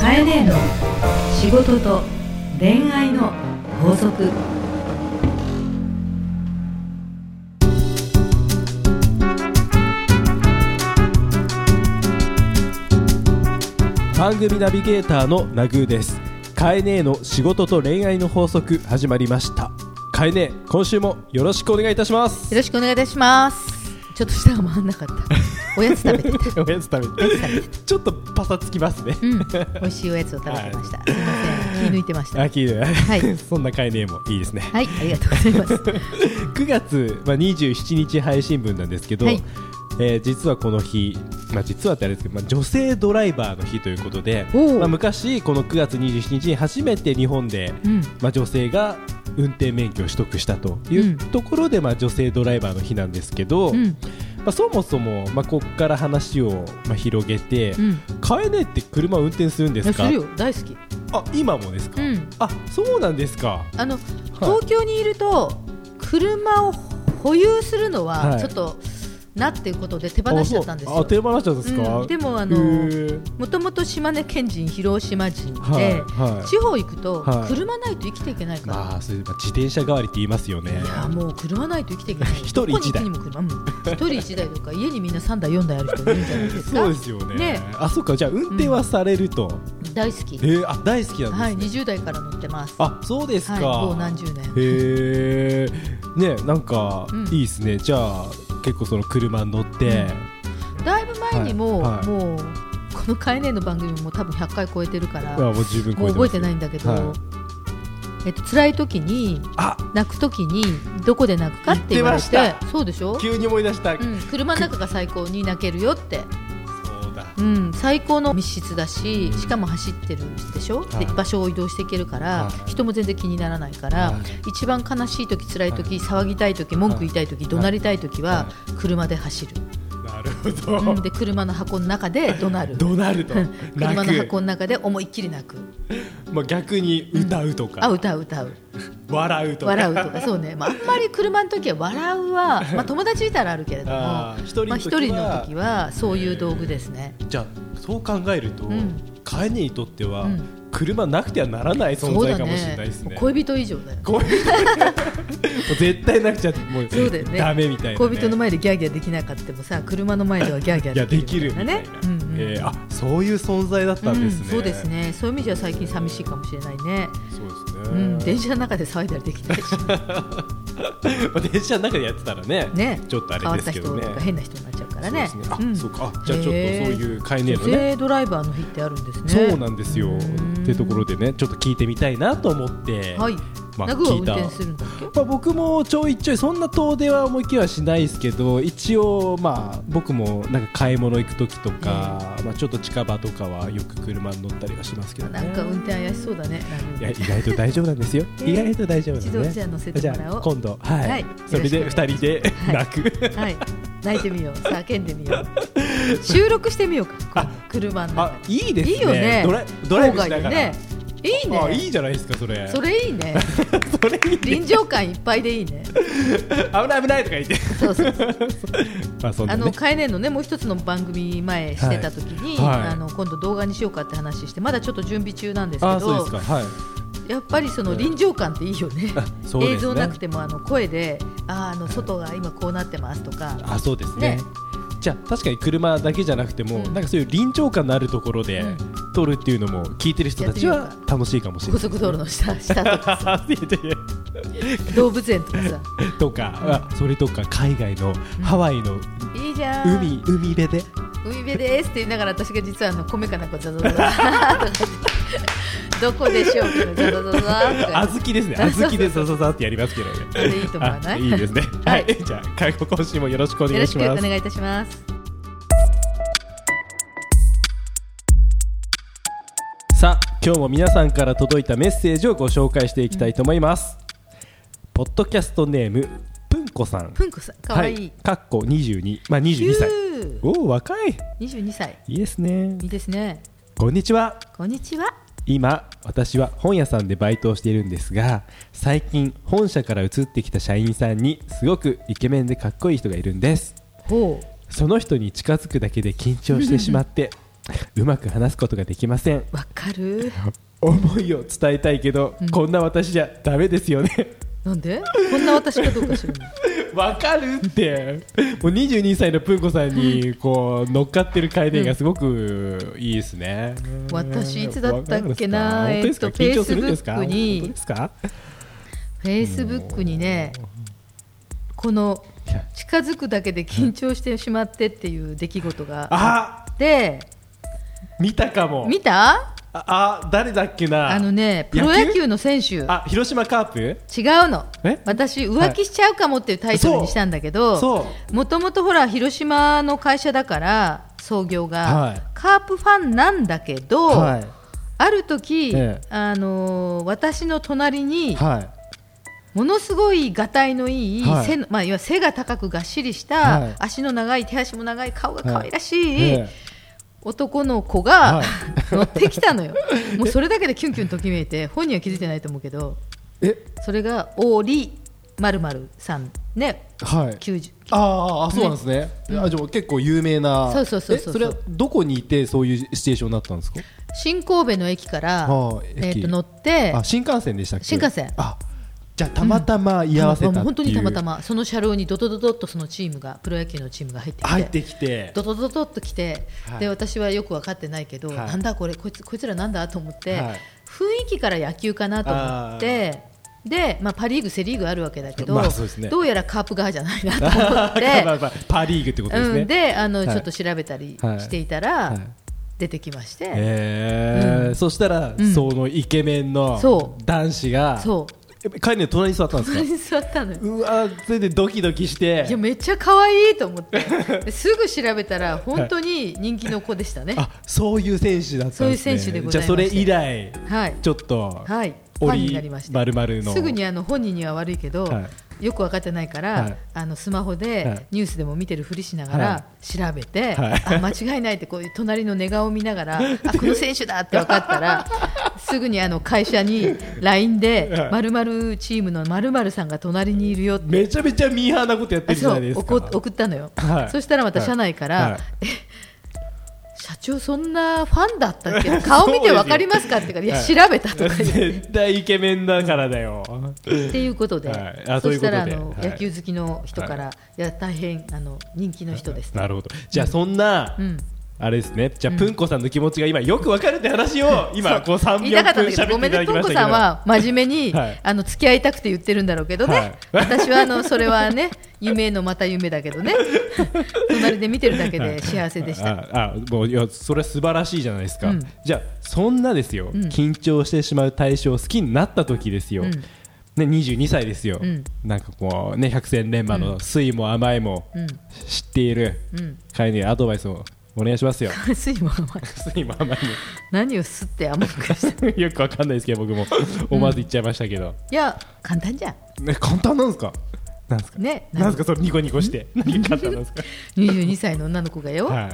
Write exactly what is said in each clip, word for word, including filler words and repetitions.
かえねえの仕事と恋愛の法則。 番組ナビゲーターのナグーです。かえねえの仕事と恋愛の法則始まりました。かえねえ、今週もよろしくお願いいたします。 よろしくお願いいたします。ちょっと舌が回んなかった。おやつ食べてた。 おやつ食べてちょっとパサつきますね、うん、美味しいおやつを食べてました、はい、すみません、気抜いてました。 あ、気抜いて、はい、そんなかえねえもいいですね。 はい、ありがとうございますくがつ、まあ、にじゅうしちにち配信分なんですけど、はい、えー、実はこの日、まあ、実はってあれですけど、まあ、女性ドライバーの日ということで、まあ、昔このくがつにじゅうしちにちに初めて日本で、うん、まあ、女性が運転免許を取得したというところで、うん、まあ、女性ドライバーの日なんですけど、うん、まあ、そもそも、まあ、ここから話を、まあ、広げて、うん、かえねえって車運転するんですか？ するよ、大好き。 あ、今もですか？うん、あ、そうなんですか。 あの、東京にいると車を保有するのはちょっと、はい、なっていうことで手放しちゃったんですよ。 あ、手放しちゃったんですか？ うん、でもあのもともと島根県人、広島人で、はいはい、地方行くと、はい、車ないと生きていけないから、 まあ、それ自転車代わりって言いますよね。 いや、もう車ないと生きていけない。一人一台、 どこに行くにも車、うん、一人一台とか家にみんなさんだいよんだいある人いるんじゃないですか。 そうですよ ね, ね。あ、そっか。じゃあ運転はされると、うん、 大好き。 えー、あ、大好きなんですね。 はい、にじゅうだいから乗ってます。 あ、そうですか。 はい、もう何十年。 へー、ね、なんか、うん、いいですね。じゃあ結構その車に乗って、 うん、だいぶ前にも、はいはい、もうこのかえねえの番組も多分ひゃっかい超えてるから、 もう十分超えてます。 もう覚えてないんだけど、はい、えっと、辛い時に泣く時にどこで泣くかって言われて、 言ってました。 そうでしょ。 急に思い出した、うん、 車の中が最高に泣けるよって。そうだ、うん、最高の密室だし、しかも走ってるでしょ、で場所を移動していけるから、人も全然気にならないから、一番悲しい時、辛い時、騒ぎたい時、文句言いたい時、怒鳴りたい時は車で走る。 なるほど、 うん、で車の箱の中で怒鳴る怒鳴ると車の箱の中で思いっきり泣く、 まあ、逆に歌うとか、 うん、あ、歌う歌う笑うとか笑うとか、そうね、まあ、あんまり車の時は笑うは、まあ、友達いたらあるけれども、あ、一人の時は、まあ、一人の時はそういう道具ですね。 じゃあそう考えると、うん、かえねえにとっては、うん、車なくてはならない存在かもしれないですね。 ね、恋人以上だよ。 恋人絶対なくちゃもうそうだよ、ね、ダメみたいな、ね、 恋人の前でギャーギャーできなかったもさ、車の前ではギャーギャーできるみたいなね。 うんうん、えー、あ、そういう存在だったんですね。 うん、そうですね。そういう意味では最近寂しいかもしれないね。 そうですね、 うん、電車の中で騒いだりできないしまあ電車の中でやってたら ね, ねちょっとあれですけどね、 変わった人とか変な人になっちゃうからね。 そうですね。あ、うん、そうか。あ、じゃあちょっとそういうかえねえのね、 女性ドライバーの日ってあるんですね。 そうなんですよ。っていうところでね、ちょっと聞いてみたいなと思って、はい、まあ、 ナグは運転するんだっけ？ まあ、僕もちょいちょいそんな遠出は思い切りはしないですけど、一応まあ僕もなんか買い物行く時とか、まあ、ちょっと近場とかはよく車に乗ったりはしますけどね。 なんか運転怪しそうだね。 いや、意外と大丈夫なんですよ。意外と大丈夫なんで、ね、 一度じゃあ乗せてもらおう。 今度、はい、はい、それでふたりで泣く、 はいはい、泣いてみよう、叫んでみよう収録してみようか、あ、車の中。 あ、いいですね。 いいよね。 ドラ、ドライブしながら、 ね、いいね。 あ、いいじゃないですか、それ。 それいいねそれいいね。 臨場感いっぱいでいいね危ない危ないとか言ってそうそうそうまあそんなね、 あのかえねえのね、もう一つの番組前してた時に、はいはい、あの今度動画にしようかって話して、まだちょっと準備中なんですけど、 あ、そうですか、はい、 やっぱりその臨場感っていいよね、うん、映像なくてもあの声で、あ、あの外が今こうなってますとか、 あ、そうですね。じゃあ確かに車だけじゃなくても、うん、なんかそういう臨場感のあるところで、うん、撮るっていうのも聞いてる人たちは楽しいかもしれない、ね、 高速道路の下、下とかさ動物園とかさとか、うん、あ、それとか海外の、うん、ハワイのいいじゃん、 海、海辺で海辺ですって言いながら、私が実はあの米かなんかザザザザどこでしょうか、ザザザザあずきですね、あずきでザザザってやりますけどね。 それいいと思わない？ いいですねはい、じゃあ介護講師もよろしくお願いします。 よろしくお願いいたします。 さあ、今日も皆さんから届いたメッセージをご紹介していきたいと思います、うん、ポッドキャストネームぷんこさん。 ぷんこさん、かわいい、はい、 かっこにじゅうに、まあにじゅうにさい。おお、若い。 にじゅうにさい、 いいですね。 いいですね。 こんにちは。 こんにちは。 今私は本屋さんでバイトをしているんですが、最近本社から移ってきた社員さんにすごくイケメンでかっこいい人がいるんです。ほう。その人に近づくだけで緊張してしまってうまく話すことができません。 わかる。 思いを伝えたいけど、うん、こんな私じゃダメですよね。 なんでこんな私かどうか知るの。 わかるってもうにじゅうにさいのプンコさんにこう乗っかってる回転がすごくいいですね、 うん、私いつだったっけな、えっとフェイスブックにフェイスブックにね、この近づくだけで緊張してしまってっていう出来事があって、 見たかも。 見た？ ああ、誰だっけな。 あのね、プロ野球の選手。 あ、広島カープ？ 違うの。私浮気しちゃうかもっていうタイトルにしたんだけど、もともとほら広島の会社だから創業が、はい、カープファンなんだけど、はい、ある時、ええ、あのー、私の隣に、はい、ものすごいがたいのいい、はい、背のまあ、要は背が高くがっしりした、はい、足の長い手足も長い顔が可愛らしい、はい、ええ男の子が、はい、乗ってきたのよ。もうそれだけでキュンキュンときめいて、本人は気づいてないと思うけど、えそれがオーリ〇〇さんね、 はい、 きゅうじゅうああそうなんですね、うん、あじゃあ結構有名な。 そうそうそうそう。 それはどこにいてそういうシチュエーションになったんですか？ 新神戸の駅から、はあ、えー、と乗って、 あ新幹線でしたっけ？ 新幹線。 あじゃあたまたま居合わせたっていう、 うん、本当にたまたまその車両にドドドドッとそのチームがプロ野球のチームが入ってきて入ってきてドドドドッと来て、はい、で私はよく分かってないけど、はい、なんだこれこいつこいつらなんだと思って、はい、雰囲気から野球かなと思ってで、まあ、パリーグセリーグあるわけだけど、まあそうですね、どうやらカープ側じゃないなと思ってまあまあパリーグってことですね、 うん、であの、はい、ちょっと調べたりしていたら、はいはい、出てきまして、 えーうん、そしたら、うん、そのイケメンの男子がそう彼の隣に座ったんですか？ 隣に座ったのよ。 うわそれでドキドキして、 いやめっちゃ可愛いと思ってですぐ調べたら本当に人気の子でしたね、はい、 あそういう選手だったんですね。そういう選手でございまして、じゃあそれ以来、はい、ちょっと、はい、 ファンになりました。 丸々のすぐにあの本人には悪いけど、はい、よく分かってないから、はい、あのスマホでニュースでも見てるふりしながら調べて、はい、あ間違いないってこういう隣の寝顔を見ながらあこの選手だって分かったらすぐにあの会社に ライン で〇〇チームの〇〇さんが隣にいるよってめちゃめちゃミーハーなことやってるじゃないですか。 送ったのよ、はい、そしたらまた社内から、はいはい、え社長そんなファンだったっけ顔見て分かりますかって言うからいや、はい、調べたとか言って絶対イケメンだからだよっていうことで、はい、あそしたらあの、はい、野球好きの人から、はい、いや大変あの人気の人です、ね、 なるほど。じゃあそんな、うんあれですね、じゃあ、うん、プンコさんの気持ちが今よくわかるって話を今こうさんびょうぷん喋っていただきましたけど、ごめんね、 プンコさんは真面目に、はい、あの付き合いたくて言ってるんだろうけどね、はい、私はあのそれはね夢のまた夢だけどね隣で見てるだけで幸せでした。 ああもういやそれは素晴らしいじゃないですか、うん、じゃあそんなですよ、うん、緊張してしまう対象を好きになった時ですよ、うんね、にじゅうにさいですよ、うん、なんかこうね百戦錬磨の酸いも甘いも知っている彼にアドバイスをお願いしますよ。 酸いも甘い酸いも甘いも何を吸って甘くしてよくわかんないですけど僕も思わず言っちゃいましたけど、うん、 いや簡単じゃん、 ね、簡単なんですか？なんですか、ね、なんですかそれニコニコして何簡単なんですかにじゅうにさいの女の子がよ、はい、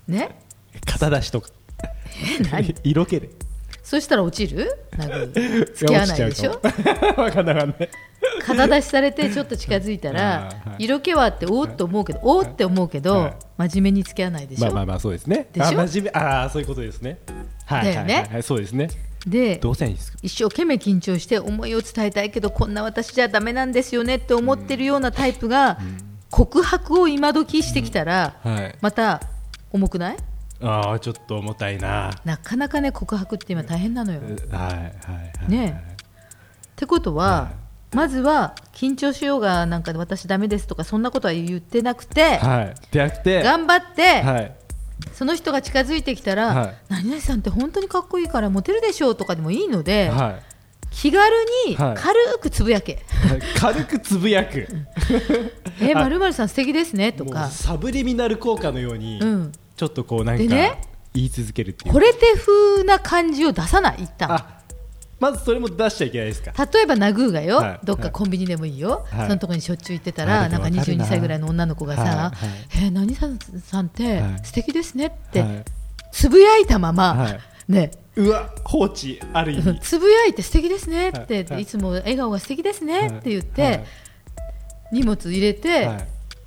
ね肩出しとかえ何色気でそしたら落ちるなんか付き合わないでしょわかんないわかんない肩出しされてちょっと近づいたら色気はあっておーっと思うけどおーって思うけど真面目に付き合わないでしょ。 まあまあまあそうですね。 でしょ。 あ真面目あそういうことですね。はいだよね、 はいはいはい、そうですね。 でどうせいいですか一生懸命緊張して思いを伝えたいけどこんな私じゃダメなんですよねって思ってるようなタイプが告白を今時してきたらまた重くない？ ああちょっと重たいな。 なかなかね告白って今大変なのよ。 はいはいはいねってことは、はい、まずは緊張しようがなんか私ダメですとかそんなことは言ってなくて、 はい、でなくて頑張って、 はい、 その人が近づいてきたら、はい、何々さんって本当にかっこいいからモテるでしょうとかでもいいので、はい、気軽に軽くつぶやけ、 はい、軽くつぶやくえ〇〇さん素敵ですねとかサブリミナル効果のように、うん、ちょっとこうなんかね言い続けるっていうこれ手風な感じを出さない一旦あまずそれも出しちゃいけないですか。 例えばナグーがよ、はい、どっかコンビニでもいいよ、はい、そのとこにしょっちゅう行ってたら、はい、なんかにじゅうにさいぐらいの女の子がさ、はいはい、えー、何さんさんって素敵ですねって、はい、つぶやいたまま、はい、ねうわ放置ある意味つぶやいて素敵ですねって、はい、いつも笑顔が素敵ですねって言って、はい、荷物入れて、はい、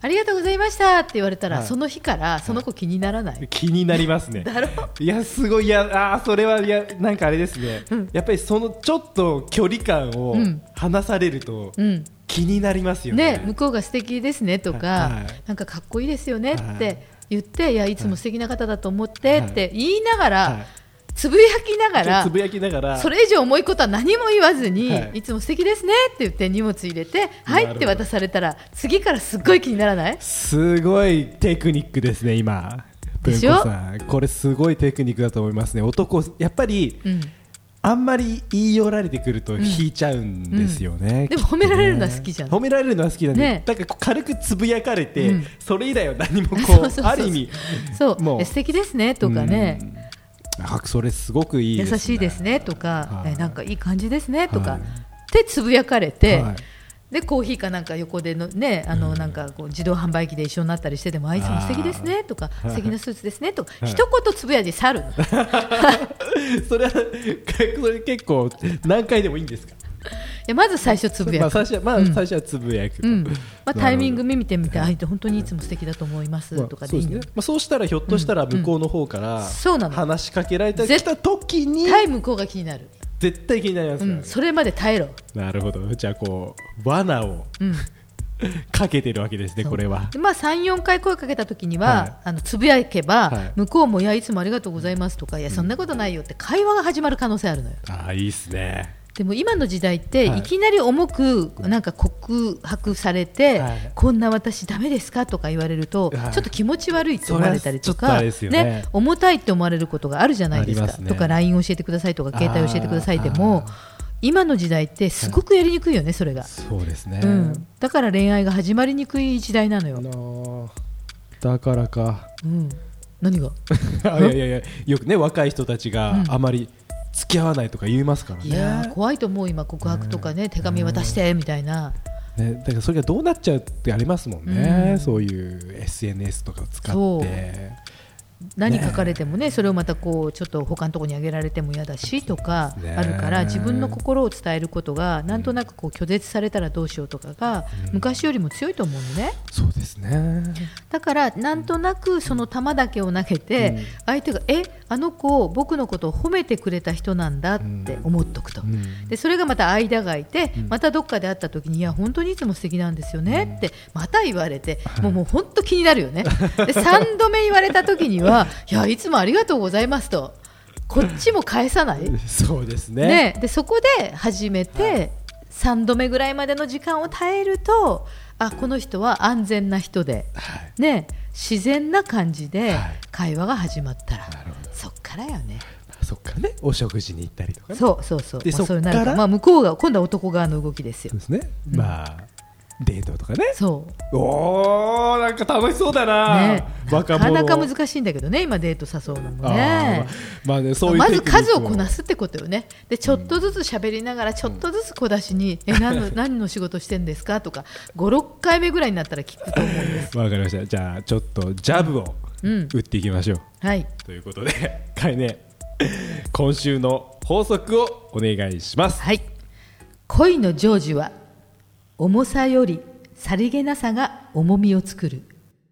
ありがとうございましたって言われたら、 はい、 その日からその子気にならない、はい、 気になりますね。 だろいやすごい、いやあそれはいやなんかあれですね、うん、やっぱりそのちょっと距離感を離されると、うん、気になりますよ ね, ね向こうが素敵ですねとか、はい、なんかかっこいいですよねって言って、はい、いやいつも素敵な方だと思ってって言いながら、はいはい、つぶやきながら、 つぶやきながらそれ以上重いことは何も言わずに、はい、いつも素敵ですねって言って荷物入れてはいって渡されたら次からすっごい気にならない？ すごいテクニックですね今。 でしょ？ さんこれすごいテクニックだと思いますね。男やっぱり、うん、あんまり言い寄られてくると引いちゃうんですよね、うんうん、 でも褒められるのは好きじゃん。 褒められるのは好きなんで、ね、だから軽くつぶやかれて、うん、それ以来は何もこうそうそうそうある意味そうもう素敵ですねとかね、うんあそれすごくいいですね。 優しいですねとか、はい、えなんかいい感じですねとか、はい、ってつぶやかれて、はい、でコーヒーかなんか横での、ね、あのなんかこう自動販売機で一緒になったりしててもあいつも素敵ですねとか素敵なスーツですねとか、はい、一言つぶやいて去るそれはそれ結構何回でもいいんですか？ いやまず最初つぶやく、 まあ、最初は、まあ、最初はつぶやく、 うんまあ、タイミング見てみて相手本当にいつも素敵だと思いますとかでいいの、 まあ そうですねまあ、そうしたらひょっとしたら向こうの方から話しかけられた時に絶対向こうが気になる。 絶対気になりますから、ねうん、 それまで耐えろ。 なるほど。じゃあこう罠を、うんかけてるわけですねこれは。 まあ、さん、よんかい声かけた時には、はい、あのつぶやけば、はい、向こうもいやいつもありがとうございますとかいやそんなことないよって会話が始まる可能性あるのよ、 うん、ああいいっすね。 でも今の時代って、はい、いきなり重くなんか告白されて、はい、こんな私ダメですかとか言われると、はい、ちょっと気持ち悪いって思われたりとか、ねね、重たいって思われることがあるじゃないですか。ね、とか ライン 教えてくださいとか携帯教えてくださいでも今の時代ってすごくやりにくいよねそれが。 そうですね、 うん、だから恋愛が始まりにくい時代なのよ。 だからか、 うん、何がいやいやいやよくね若い人たちがあまり付き合わないとか言いますからね。 いや怖いと思う今告白とかね、うん、手紙渡してみたいな、 ね、だからそれがどうなっちゃうってありますもんね、うん、そういう エスエヌエス とかを使って何書かれてもね、それをまたこうちょっと他のところに上げられても嫌だしとかあるから自分の心を伝えることがなんとなくこう拒絶されたらどうしようとかが昔よりも強いと思うのね、 うん、そうですね。 だからなんとなくその球だけを投げて相手がえあの子僕のことを褒めてくれた人なんだって思っとくと、うん、でそれがまた間が空いてまたどっかで会った時にいや本当にいつも素敵なんですよねってまた言われてもうもう本当気になるよね。でさんどめ言われた時にはいやいつもありがとうございますとこっちも返さないそうです ね, ねでそこで初めて、はい、さんどめぐらいまでの時間を耐えるとあこの人は安全な人で、はいね、自然な感じで会話が始まったら、はい、そっからよね。 そっからねお食事に行ったりとか、ね、 そうそうそうでそっから、まあ、向こうが今度は男側の動きですよ。 そうですね、うん、まあデートとかね。 そうおーなんか楽しそうだな、 ね、なかなか難しいんだけどね今デート誘うのもね。 まあねそういうまず数をこなすってことよね。でちょっとずつ喋りながらちょっとずつ小出しに、うん、え 何, の何の仕事してんですかとかご、ろっかいめぐらいになったら聞くと思うんです。 わかりました。じゃあちょっとジャブを打っていきましょう、 うん、はいということでかいね今週の法則をお願いします。 はい。恋の成就は重さよりさりげなさが重みを作る。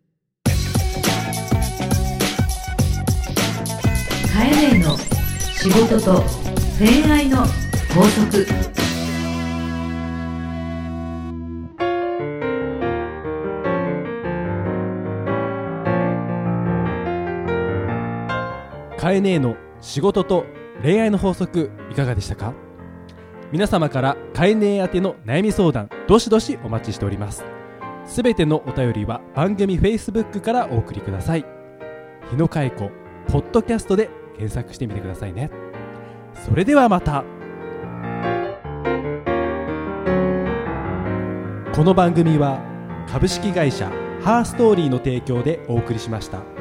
カエネの仕事と恋愛の法則。 カエネの仕事と恋愛の法則いかがでしたか？皆様からカエネ宛ての悩み相談どしどしお待ちしております。すべてのお便りは番組 Facebook からお送りください。日野佳恵子ポッドキャストで検索してみてくださいね。それではまた。この番組は株式会社ハーストーリーの提供でお送りしました。